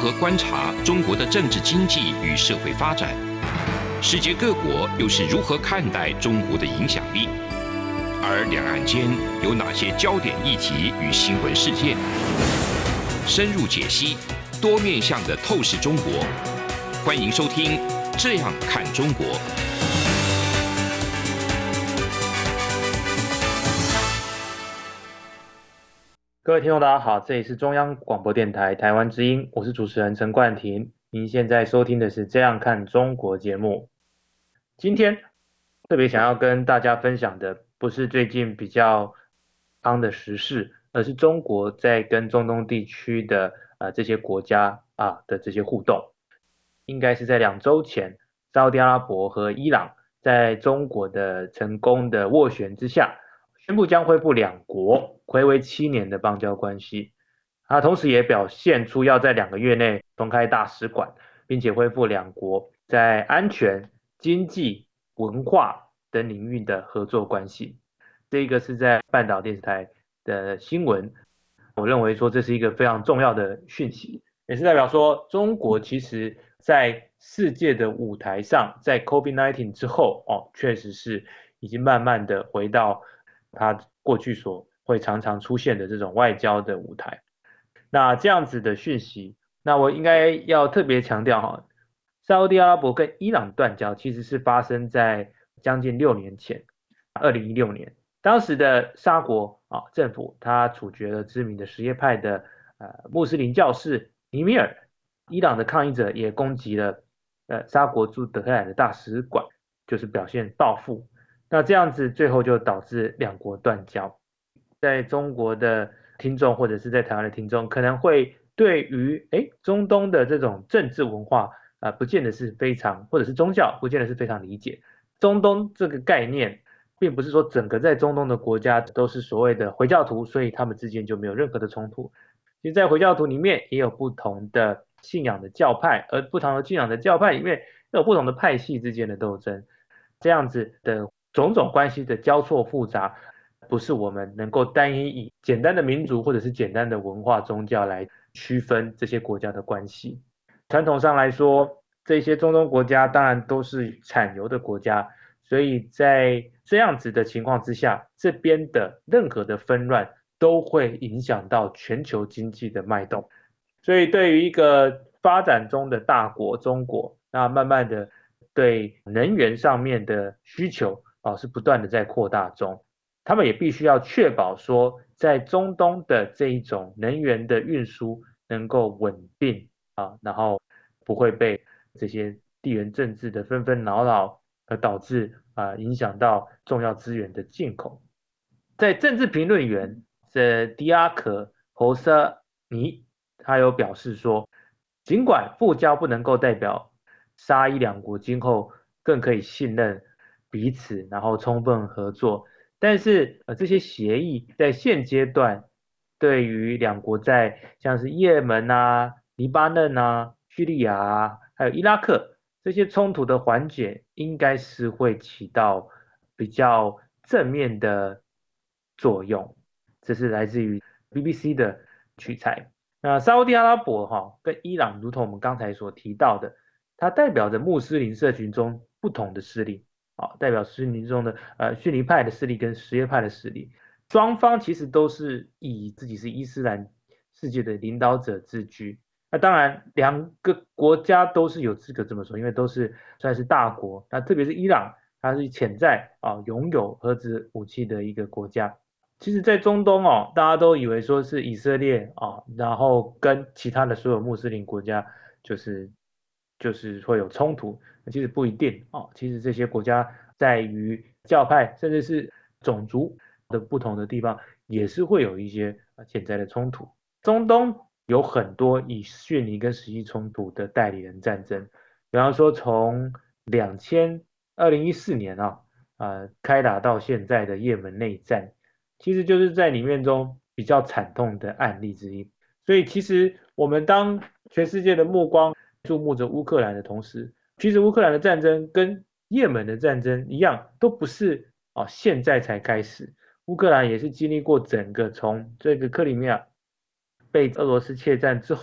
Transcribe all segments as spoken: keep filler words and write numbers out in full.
何观察中国的政治经济与社会发展？世界各国又是如何看待中国的影响力？而两岸间有哪些焦点议题与新闻事件？深入解析，多面向的透视中国。欢迎收听《这样看中国》。 各位听众大家好，这里是中央广播电台台湾之音，我是主持人陈冠廷。您现在收听的是《这样看中国》节目。今天特别想要跟大家分享的不是最近比较夯的时事，而是中国在跟中东地区的呃这些国家啊的这些互动。应该是在两周前，沙烏地阿拉伯和伊朗在中国的成功的斡旋之下，宣布将恢复两国睽违七年的邦交关系。它同时也表现出要在两个月内重开大使馆，并且恢复两国在安全、经济、文化等领域的合作关系。这个是在半岛电视台的新闻，我认为说这是一个非常重要的讯息，也是代表说中国其实在世界的舞台上，在 COVID 十九 之后哦，确实是已经慢慢的回到它过去所会常常出现的这种外交的舞台。那这样子的讯息，那我应该要特别强调哈，沙烏地阿拉伯跟伊朗断交其实是发生在将近六年前，二零一六年，当时的沙国啊政府他处决了知名的什叶派的呃穆斯林教士尼米尔，伊朗的抗议者也攻击了呃沙国驻德黑兰的大使馆，就是表现报复。那这样子最后就导致两国断交。在中国的听众或者是在台湾的听众可能会对于诶中东的这种政治文化呃不见得是非常，或者是宗教不见得是非常理解。中东这个概念并不是说整个在中东的国家都是所谓的回教徒，所以他们之间就没有任何的冲突。其实在回教徒里面也有不同的信仰的教派，而不同的信仰的教派里面又有不同的派系之间的斗争，这样子的种种关系的交错复杂，不是我们能够单一以简单的民族或者是简单的文化宗教来区分这些国家的关系。传统上来说，这些中东国家当然都是产油的国家，所以在这样子的情况之下，这边的任何的纷乱都会影响到全球经济的脉动。所以对于一个发展中的大国中国，那慢慢的对能源上面的需求啊是不断的在扩大中，他们也必须要确保说在中东的这一种能源的运输能够稳定啊，然后不会被这些地缘政治的纷纷扰扰而导致啊影响到重要资源的进口。在政治评论员的迪亚可侯瑟尼，他有表示说，尽管复交不能够代表沙伊两国今后更可以信任彼此，然后充分合作，但是呃这些协议在现阶段对于两国在像是也门啊、黎巴嫩啊、叙利亚啊，还有伊拉克这些冲突的缓解，应该是会起到比较正面的作用。这是来自于 B B C 的取材。那沙烏地阿拉伯哈、哦、跟伊朗，如同我们刚才所提到的，它代表着穆斯林社群中不同的势力，啊、哦，代表逊尼中的呃逊尼派的势力跟什叶派的势力，双方其实都是以自己是伊斯兰世界的领导者自居。那当然，两个国家都是有资格这么说，因为都是算是大国。那特别是伊朗，它是潜在啊拥有核子武器的一个国家。其实，在中东哦，大家都以为说是以色列啊，然后跟其他的所有穆斯林国家就是就是会有冲突，其实不一定哦。其实这些国家在于教派甚至是种族的不同的地方，也是会有一些潜在的冲突。中东有很多以逊尼跟什叶冲突的代理人战争，比方说从两千二零一四年啊，呃开打到现在的也门内战。其实就是在里面中比较惨痛的案例之一。所以其实我们当全世界的目光注目着乌克兰的同时，其实乌克兰的战争跟也门的战争一样，都不是哦现在才开始。乌克兰也是经历过整个从这个克里米亚被俄罗斯窃占之后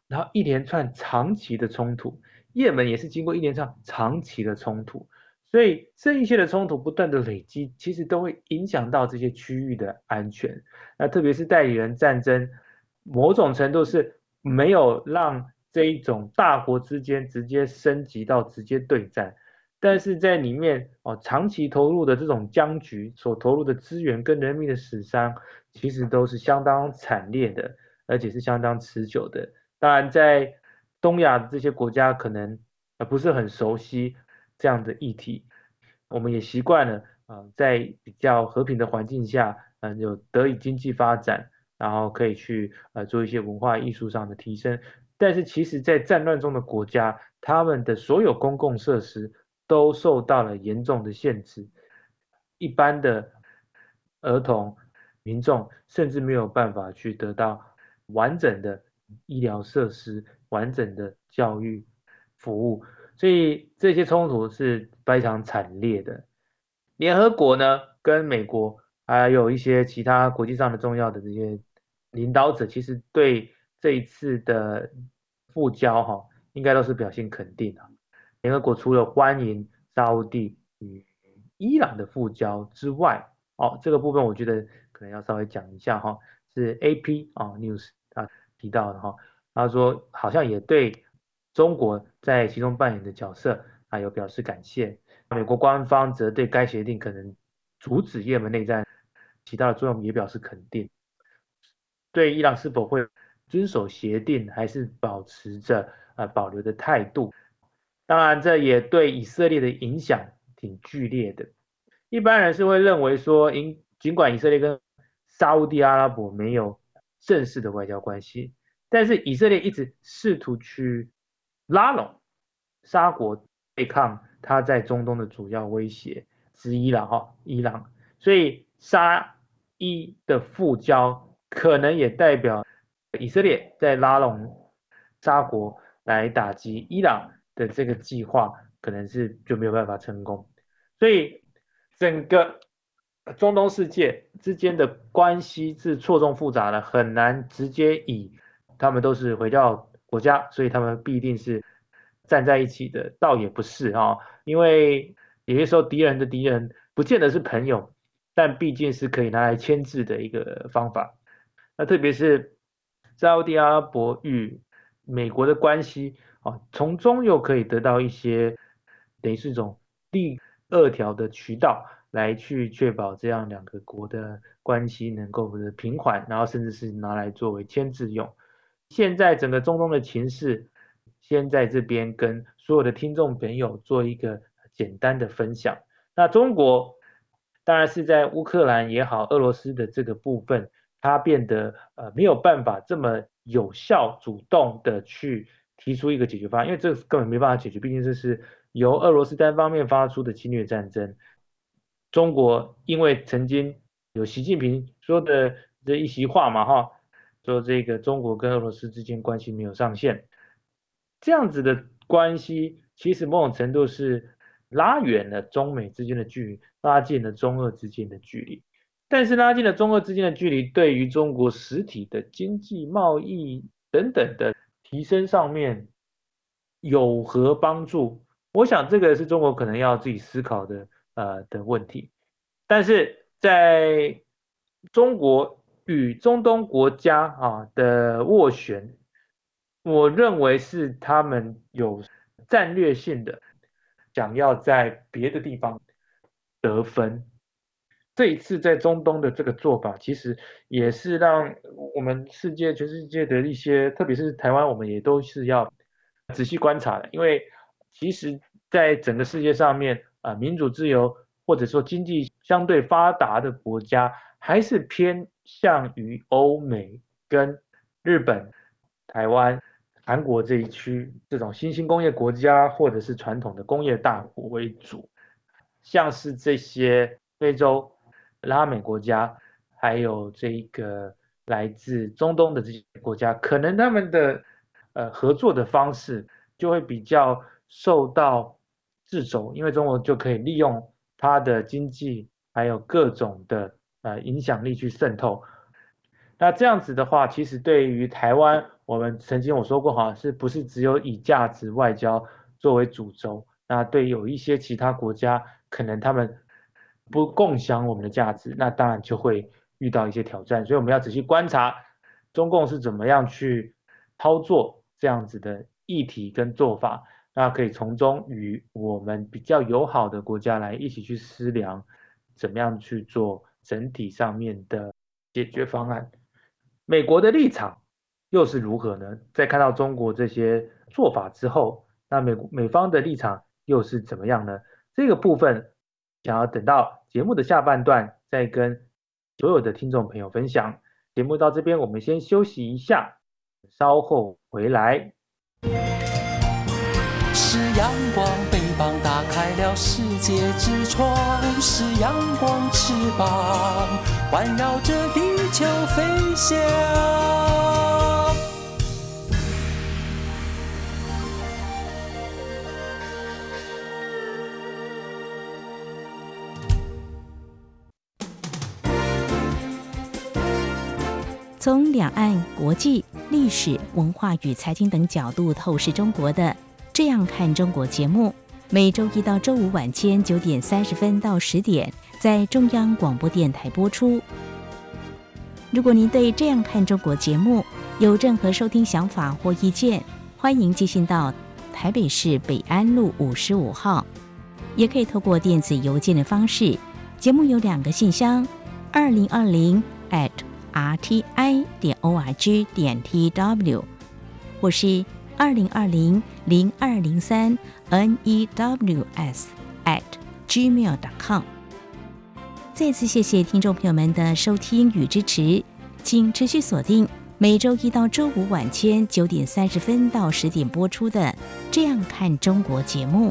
然后一连串长期的冲突，也门也是经过一连串长期的冲突，所以这一些的冲突不断的累积，其实都会影响到这些区域的安全。那特别是代理人战争，某种程度是没有让这一种大国之间直接升级到直接对战，但是在里面哦，长期投入的这种僵局，所投入的资源跟人民的死伤，其实都是相当惨烈的，而且是相当持久的。当然，在东亚的这些国家可能呃不是很熟悉这样的议题，我们也习惯了啊、呃，在比较和平的环境下，嗯、呃，有得以经济发展，然后可以去呃做一些文化艺术上的提升。但是其实，在战乱中的国家，他们的所有公共设施都受到了严重的限制，一般的儿童、民众甚至没有办法去得到完整的医疗设施、完整的教育服务，所以这些冲突是非常惨烈的。联合国呢，跟美国还有一些其他国际上的重要的这些领导者，其实对这一次的复交哈、哦，应该都是表现肯定的。联合国除了欢迎沙烏地与伊朗的复交之外，哦，这个部分我觉得可能要稍微讲一下哈、哦，是 A P 啊、哦、News 啊提到的哈、哦，他说好像也对中国在其中扮演的角色啊有表示感谢。美国官方则对该协定可能阻止也门内战起到的作用也表示肯定。对伊朗是否会遵守协定，还是保持着呃保留的态度。当然，这也对以色列的影响挺剧烈的。一般人是会认为说，尽尽管以色列跟沙烏地阿拉伯没有正式的外交关系，但是以色列一直试图去拉拢沙国对抗他在中东的主要威胁之一了哈，伊朗。所以沙伊的复交可能也代表以色列在拉拢沙国来打击伊朗的这个计划，可能是就没有办法成功。所以整个中东世界之间的关系是错综复杂的，很难直接以他们都是回教国家，所以他们必定是站在一起的，倒也不是啊、哦，因为有些时候敌人的敌人不见得是朋友，但毕竟是可以拿来牵制的一个方法。那特别是沙烏地阿拉伯与美国的关系啊，从中又可以得到一些等于是一种第二条的渠道，来去确保这样两个国的关系能够的平缓，然后甚至是拿来作为牵制用。现在整个中东的情势，先在这边跟所有的听众朋友做一个简单的分享。那中国当然是在乌克兰也好，俄罗斯的这个部分，它变得呃没有办法这么有效、主动的去提出一个解决方案，因为这根本没办法解决，毕竟这是由俄罗斯单方面发出的侵略战争。中国因为曾经有习近平说的这一席话嘛，哈，说这个中国跟俄罗斯之间关系没有上限，这样子的关系，其实某种程度是拉远了中美之间的距离，拉近了中俄之间的距离。但是拉近了中俄之间的距离，对于中国实体的经济、贸易等等的提升上面有何帮助？我想这个是中国可能要自己思考的呃的问题。但是在中国与中东国家啊的斡旋，我认为是他们有战略性的想要在别的地方得分。这一次在中东的这个做法，其实也是让我们世界全世界的一些，特别是台湾，我们也都是要仔细观察的，因为其实在整个世界上面啊、呃，民主自由或者说经济相对发达的国家，还是偏向于欧美跟日本、台湾、韩国这一区这种新兴工业国家，或者是传统的工业大国为主，像是这些非洲、拉美国家，还有这个来自中东的这些国家，可能他们的呃合作的方式就会比较受到掣肘，因为中国就可以利用它的经济还有各种的呃影响力去渗透。那这样子的话，其实对于台湾我们曾经我说过哈，是不是只有以价值外交作为主轴？那对有一些其他国家，可能他们不共享我们的价值，那当然就会遇到一些挑战。所以我们要仔细观察中共是怎么样去操作这样子的议题跟做法，那可以从中与我们比较友好的国家来一起去思量，怎么样去做整体上面的解决方案。美国的立场又是如何呢？在看到中国这些做法之后，那美美方的立场又是怎么样呢？这个部分想要等到节目的下半段再跟所有的听众朋友分享。节目到这边，我们先休息一下，稍后回来。 是阳光，翅膀打开了世界之窗，是阳光翅膀环绕着地球飞翔。 从两岸、国际、历史、文化与财经等角度透视中国的《这样看中国》节目，每周一到周五晚间九点三十分到十点在中央广播电台播出。如果您对《这样看中国》节目有任何收听想法或意见，欢迎寄信到台北市北安路五十五号，也可以透过电子邮件的方式。节目有两个信箱：二零二零 at r t i 点 o r g 点 t w， 或是二零二零零二零三 n e w s at gmail 点 com。 再次谢谢听众朋友们的收听与支持，请持续锁定每周一到周五晚间九点三十分到十点播出的《这样看中国》节目。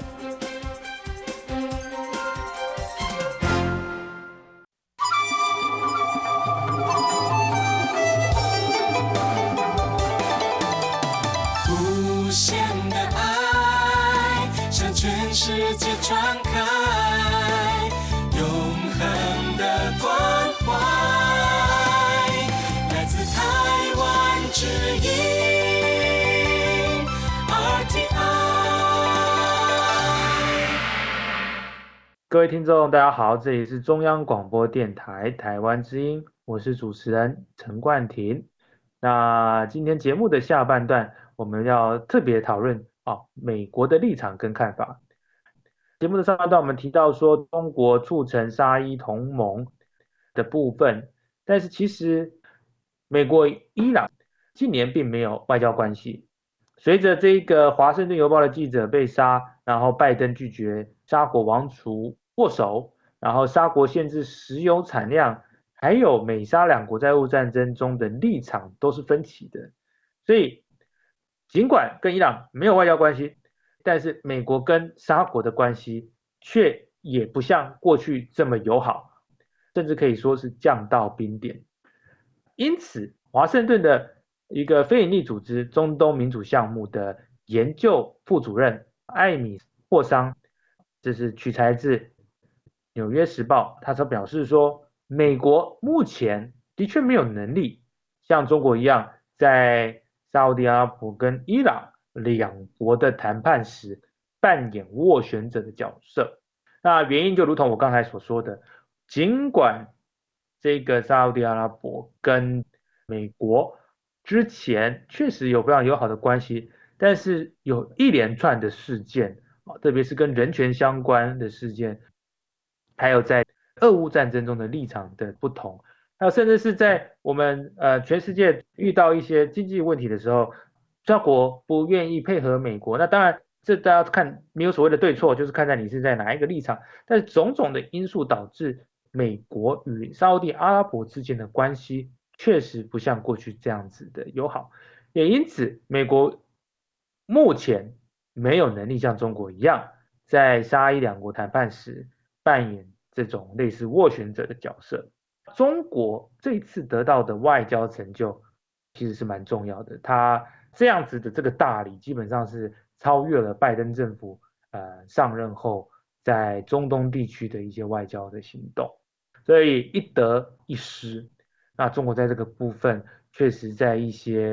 各位听众大家好，这里是中央广播电台台湾之音，我是主持人陈冠廷。那今天节目的下半段我们要特别讨论、哦、美国的立场跟看法。节目的上半段我们提到说中国促成沙伊同盟的部分，但是其实美国伊朗近年并没有外交关系。随着这个华盛顿邮报的记者被杀，然后拜登拒绝沙国王储握手，然后沙国限制石油产量，还有美沙两国在俄乌战争中的立场都是分歧的。所以尽管跟伊朗没有外交关系，但是美国跟沙国的关系却也不像过去这么友好，甚至可以说是降到冰点。因此华盛顿的一个非营利组织中东民主项目的研究副主任艾米霍桑，这是取材自纽约时报，他所表示说，美国目前的确没有能力像中国一样在沙特阿拉伯跟伊朗两国的谈判时扮演斡旋者的角色。那原因就如同我刚才所说的，尽管这个沙特阿拉伯跟美国之前确实有非常友好的关系，但是有一连串的事件，特别是跟人权相关的事件，还有在俄乌战争中的立场的不同，还有甚至是在我们呃全世界遇到一些经济问题的时候，沙国不愿意配合美国。那当然这大家看没有所谓的对错，就是看在你是在哪一个立场，但是种种的因素导致美国与沙特阿拉伯之间的关系确实不像过去这样子的友好，也因此美国目前没有能力像中国一样在沙伊两国谈判时扮演这种类似斡旋者的角色。中国这次得到的外交成就其实是蛮重要的，它这样子的这个大礼基本上是超越了拜登政府呃上任后在中东地区的一些外交的行动，所以一得一失。那中国在这个部分确实在一些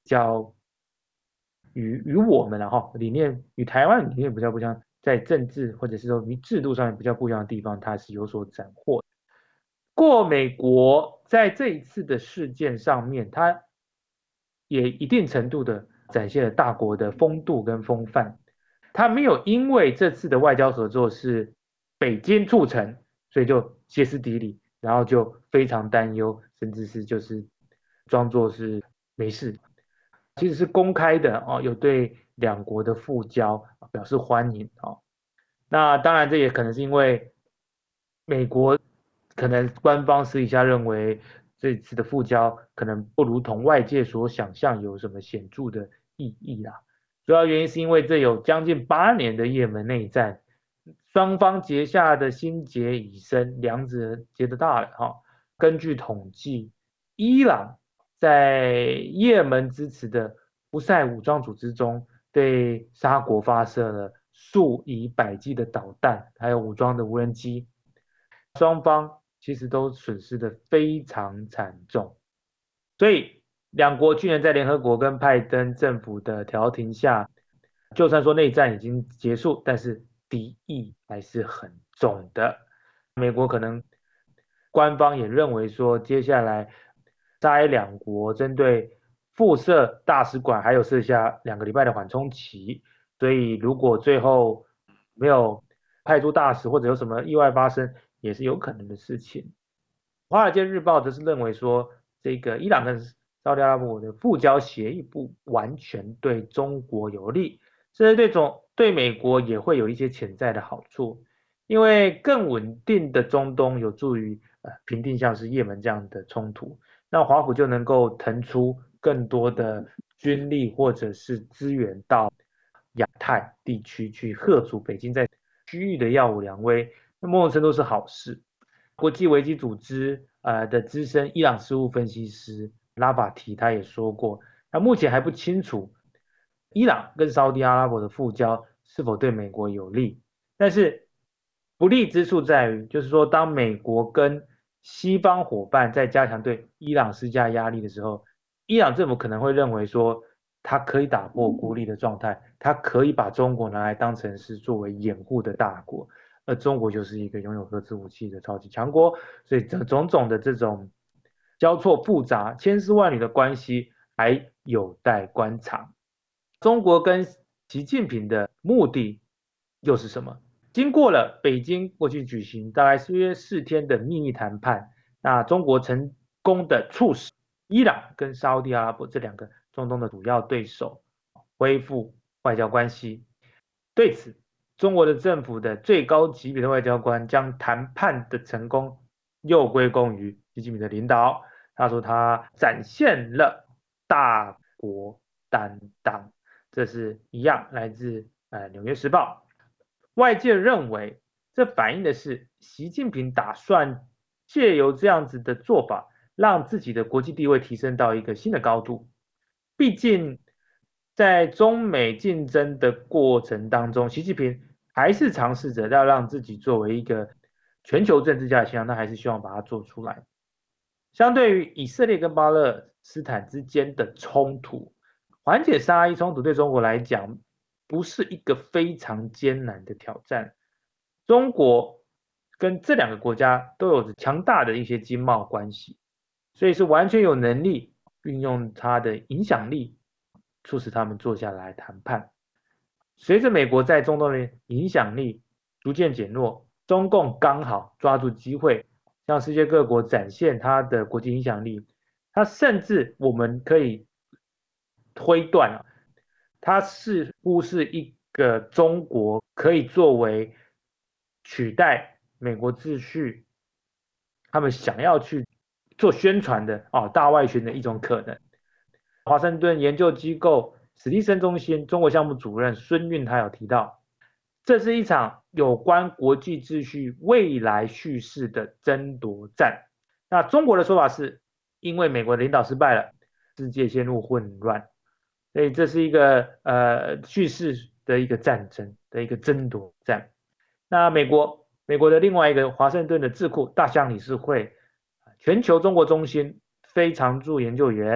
较与与我们然后理念与台湾理念比较不像，在政治或者是说制度上面比较不一样的地方，它是有所斩获的。过美国在这一次的事件上面，它也一定程度的展现了大国的风度跟风范。它没有因为这次的外交合作是北京促成，所以就歇斯底里，然后就非常担忧，甚至是就是装作是没事。其实是公开的哦，有对两国的复交表示欢迎哦。那当然，这也可能是因为美国可能官方私底下认为这次的复交可能不如同外界所想象有什么显著的意义啦。主要原因是因为这有将近八年的也门内战，双方结下的心结已深，梁子结得大了哈、哦。根据统计，伊朗在也门支持的胡塞武装组织中，对沙国发射了数以百计的导弹，还有武装的无人机，双方其实都损失的非常惨重。所以两国居然在联合国跟拜登政府的调停下，就算说内战已经结束，但是敌意还是很重的。美国可能官方也认为说，接下来沙伊两国针对附设大使馆还有设下两个礼拜的缓冲期，所以如果最后没有派出大使或者有什么意外发生，也是有可能的事情。华尔街日报则是认为说，这个伊朗跟沙特阿拉伯的复交协议不完全对中国有利，甚至对中对美国也会有一些潜在的好处，因为更稳定的中东有助于呃平定像是也门这样的冲突，那华府就能够腾出更多的军力或者是资源到亚太地区去吓阻北京在区域的耀武扬威，那某种程度是好事。国际危机组织呃的资深伊朗事务分析师拉法提他也说过，那目前还不清楚伊朗跟沙特阿拉伯的复交是否对美国有利，但是不利之处在于，就是说当美国跟西方伙伴在加强对伊朗施加压力的时候，伊朗政府可能会认为说，它可以打破孤立的状态，它可以把中国拿来当成是作为掩护的大国，而中国就是一个拥有核子武器的超级强国，所以这种种的这种交错复杂、千丝万缕的关系还有待观察。中国跟习近平的目的又是什么？经过了北京过去举行大概是约四天的秘密谈判，那中国成功的促使伊朗跟沙特阿拉伯这两个中东的主要对手恢复外交关系。对此，中国的政府的最高级别的外交官将谈判的成功又归功于习近平的领导，他说他展现了大国担当，这是一样来自呃纽约时报。外界认为这反映的是习近平打算借由这样子的做法，让自己的国际地位提升到一个新的高度。毕竟在中美竞争的过程当中，习近平还是尝试着要让自己作为一个全球政治家的形象，他还是希望把它做出来。相对于以色列跟巴勒斯坦之间的冲突，缓解沙伊冲突对中国来讲不是一个非常艰难的挑战。中国跟这两个国家都有着强大的一些经贸关系，所以是完全有能力运用它的影响力，促使他们坐下来谈判。随着美国在中东的影响力逐渐减弱，中共刚好抓住机会，向世界各国展现它的国际影响力。它甚至我们可以推断啊，它似乎是一个中国可以作为取代美国秩序，他们想要去做宣传的哦大外宣的一种可能。华盛顿研究机构史蒂森中心中国项目主任孙运他有提到，这是一场有关国际秩序未来叙事的争夺战。那中国的说法是，因为美国领导失败了，世界陷入混乱，所以这是一个呃叙事的一个战争的一个争夺战。那美国美国的另外一个华盛顿的智库大象理事会全球中国中心非常驻研究员，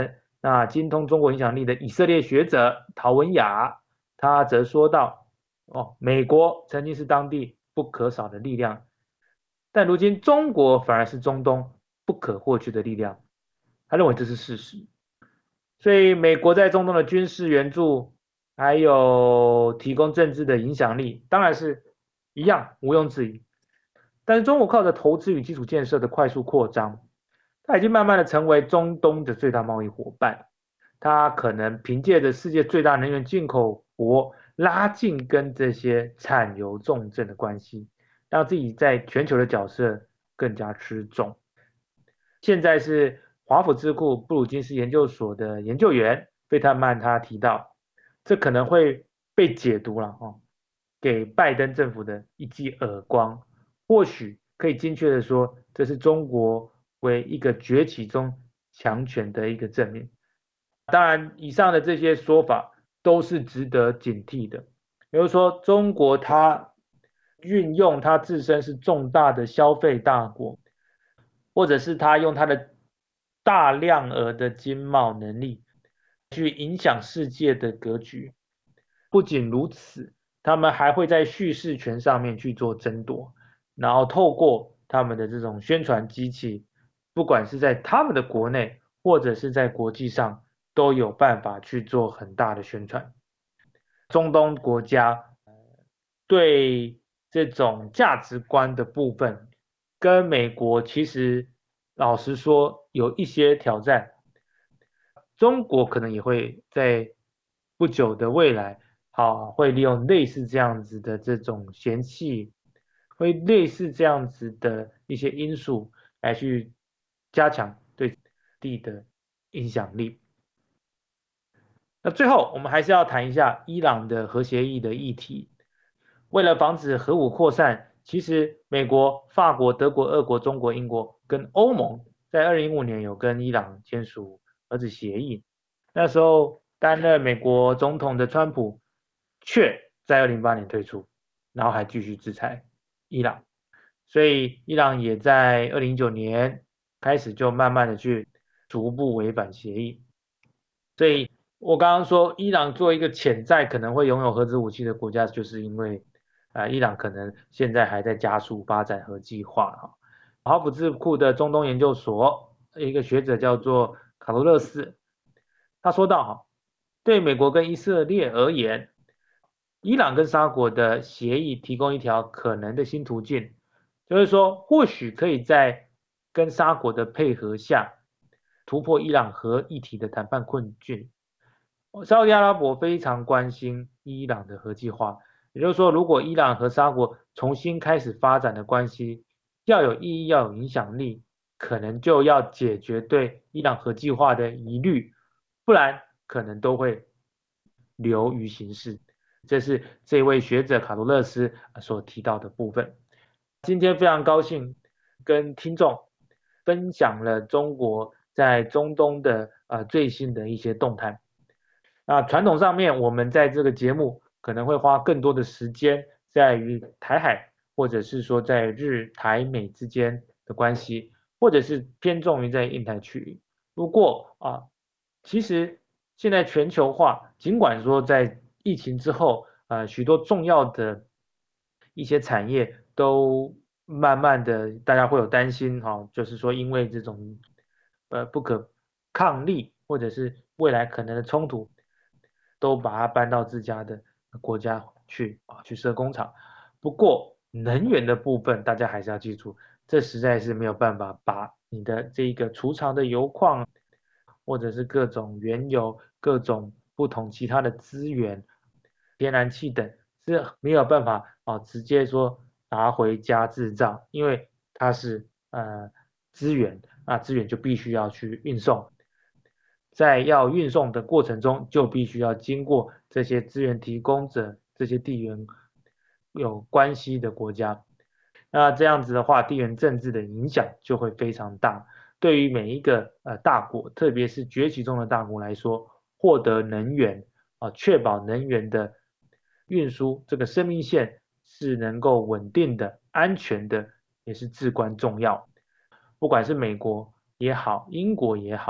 那精通中国影响力的以色列学者陶文雅，他则说道，哦，美国曾经是当地不可少的力量，但如今中国反而是中东不可或缺的力量。他认为这是事实。所以美国在中东的军事援助还有提供政治的影响力当然是一样毋庸置疑，但是中国靠着投资与基础建设的快速扩张，它已经慢慢的成为中东的最大贸易伙伴。它可能凭借着世界最大能源进口国拉近跟这些产油重镇的关系，让自己在全球的角色更加吃重。现在是华府智库布鲁金斯研究所的研究员费特曼他提到，这可能会被解读了、哦、给拜登政府的一记耳光，或许可以精确的说，这是中国为一个崛起中强权的一个证明。当然以上的这些说法都是值得警惕的，比如说中国它运用它自身是重大的消费大国，或者是它用它的大量额的经贸能力去影响世界的格局。不仅如此，他们还会在叙事权上面去做争夺，然后透过他们的这种宣传机器，不管是在他们的国内或者是在国际上，都有办法去做很大的宣传。中东国家对这种价值观的部分跟美国其实老实说有一些挑战，中国可能也会在不久的未来好会利用类似这样子的这种嫌弃，会类似这样子的一些因素来去加强对地的影响力。那最后我们还是要谈一下伊朗的核协议的议题。为了防止核武扩散，其实美国、法国、德国、俄国、中国、英国跟欧盟在二零一五年有跟伊朗签署核子协议。那时候担任美国总统的川普却在二零零八年退出，然后还继续制裁伊朗。所以伊朗也在二零一九年开始就慢慢的去逐步违反协议。所以我刚刚说伊朗作为一个潜在可能会拥有核子武器的国家，就是因为、呃、伊朗可能现在还在加速发展核计划。华府智库的中东研究所一个学者叫做卡罗勒斯，他说到，对美国跟以色列而言，伊朗跟沙国的协议提供一条可能的新途径，就是说或许可以在跟沙国的配合下突破伊朗核议题的谈判困境。沙特阿拉伯非常关心伊朗的核计划，也就是说如果伊朗和沙国重新开始发展的关系要有意义要有影响力，可能就要解决对伊朗核计划的疑虑，不然可能都会流于形式。这是这位学者卡罗勒斯所提到的部分。今天非常高兴跟听众分享了中国在中东的、呃、最新的一些动态。那传统上面我们在这个节目可能会花更多的时间在于台海，或者是说在日台美之间的关系，或者是偏重于在印太区域。不过啊，其实现在全球化，尽管说在疫情之后，呃，许多重要的一些产业都慢慢的大家会有担心、哦、就是说因为这种呃不可抗力或者是未来可能的冲突，都把它搬到自家的国家去啊，去设工厂。不过能源的部分大家还是要记住，这实在是没有办法把你的这个储藏的油矿或者是各种原油各种不同其他的资源天然气等是没有办法、啊、直接说拿回家制造，因为它是呃资源，那资源就必须要去运送，在要运送的过程中就必须要经过这些资源提供者这些地缘有关系的国家，那这样子的话地缘政治的影响就会非常大。对于每一个、呃、大国，特别是崛起中的大国来说，获得能源、啊、确保能源的运输这个生命线是能够稳定的安全的，也是至关重要。不管是美国也好英国也好，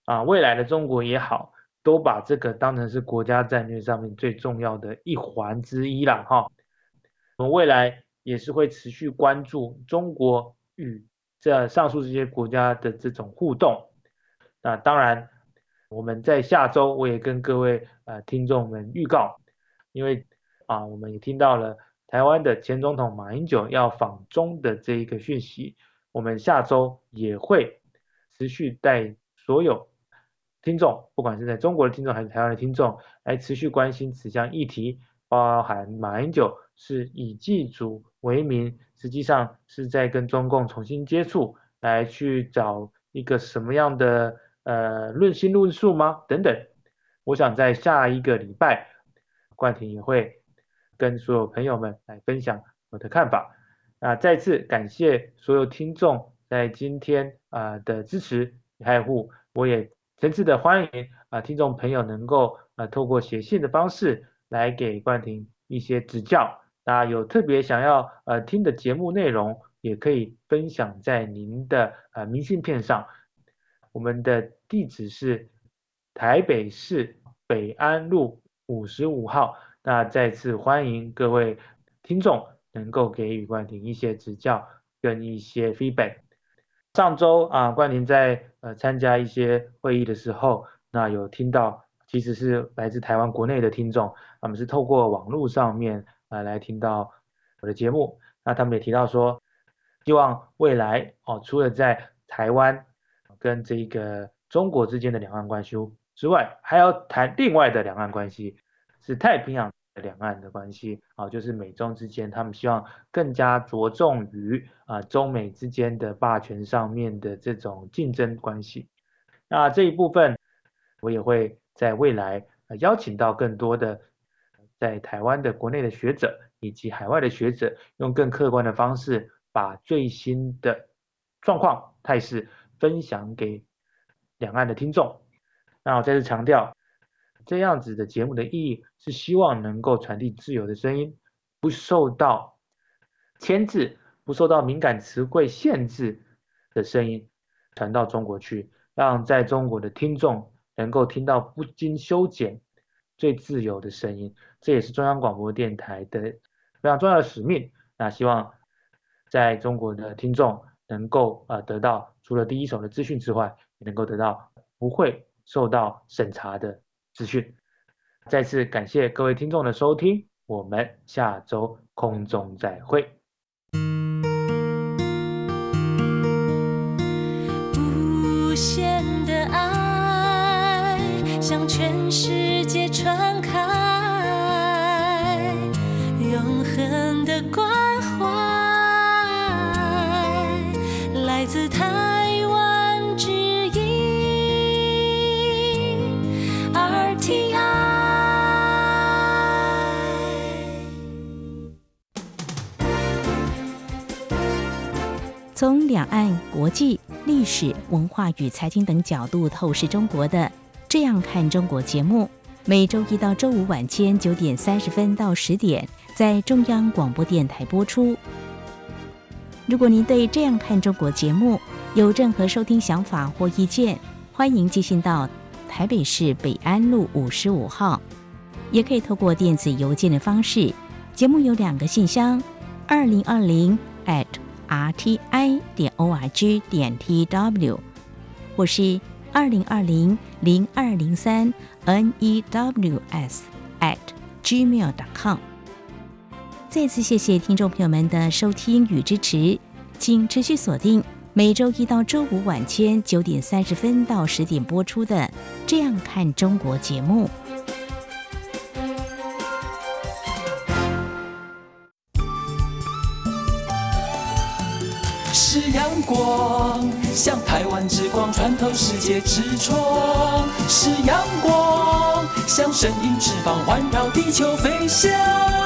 啊，未来的中国也好，都把这个当成是国家战略上面最重要的一环之一啦哈。我们未来也是会持续关注中国与这上述这些国家的这种互动。那当然，我们在下周我也跟各位呃听众们预告，因为啊我们也听到了台湾的前总统马英九要访中的这一个讯息，我们下周也会持续带所有听众，不管是在中国的听众还是台湾的听众，来持续关心此项议题，包含马英九是以祭祖为名，实际上是在跟中共重新接触，来去找一个什么样的呃论新论述吗？等等。我想在下一个礼拜，冠廷也会跟所有朋友们来分享我的看法。那再次感谢所有听众在今天啊、呃、的支持与爱护，我也诚挚的欢迎啊、呃、听众朋友能够啊、呃、透过写信的方式来给冠廷一些指教。那有特别想要呃听的节目内容，也可以分享在您的呃明信片上。我们的地址是台北市北安路五十五号。那再次欢迎各位听众能够给予冠廷一些指教跟一些 feedback。上周啊，冠廷在呃参加一些会议的时候，那有听到其实是来自台湾国内的听众，他们是透过网络上面啊、呃、来听到我的节目。那他们也提到说，希望未来哦，除了在台湾跟这个中国之间的两岸关系之外，还要谈另外的两岸关系，是太平洋两岸的关系啊，就是美中之间，他们希望更加着重于啊中美之间的霸权上面的这种竞争关系。那这一部分，我也会在未来、呃、邀请到更多的在台湾的国内的学者以及海外的学者，用更客观的方式，把最新的状况态势分享给两岸的听众。那我再次强调，这样子的节目的意义是希望能够传递自由的声音，不受到牵制，不受到敏感词汇限制的声音传到中国去，让在中国的听众能够听到不经修剪最自由的声音。这也是中央广播电台的非常重要的使命。那希望在中国的听众能够呃得到除了第一手的资讯之外，也能够得到不会受到审查的资讯。再次感谢各位听众的收听，我们下周空中再会。 无限的爱向全世界传开，永恒的关怀来自台湾之音 R T I。 从两岸、国际、历史、文化与财经等角度透视中国的《这样看中国》节目，每周一到周五晚间九点三十分到十点在中央广播电台播出。如果您对《这样看中国》节目有任何收听想法或意见，欢迎寄信到台北市北安路五十五号，也可以透过电子邮件的方式。节目有两个信箱：二零二零 at r t i 点 o r g 点 t w， 或是二零二零零二零三 n e w s at gmail 点 com。 再次谢谢听众朋友们的收听与支持，请持续锁定每周一到周五晚间九点三十分到十点播出的《这样看中国》节目。 是阳光，像台湾之光穿透世界之窗；是阳光，像神鹰翅膀环绕地球飞翔。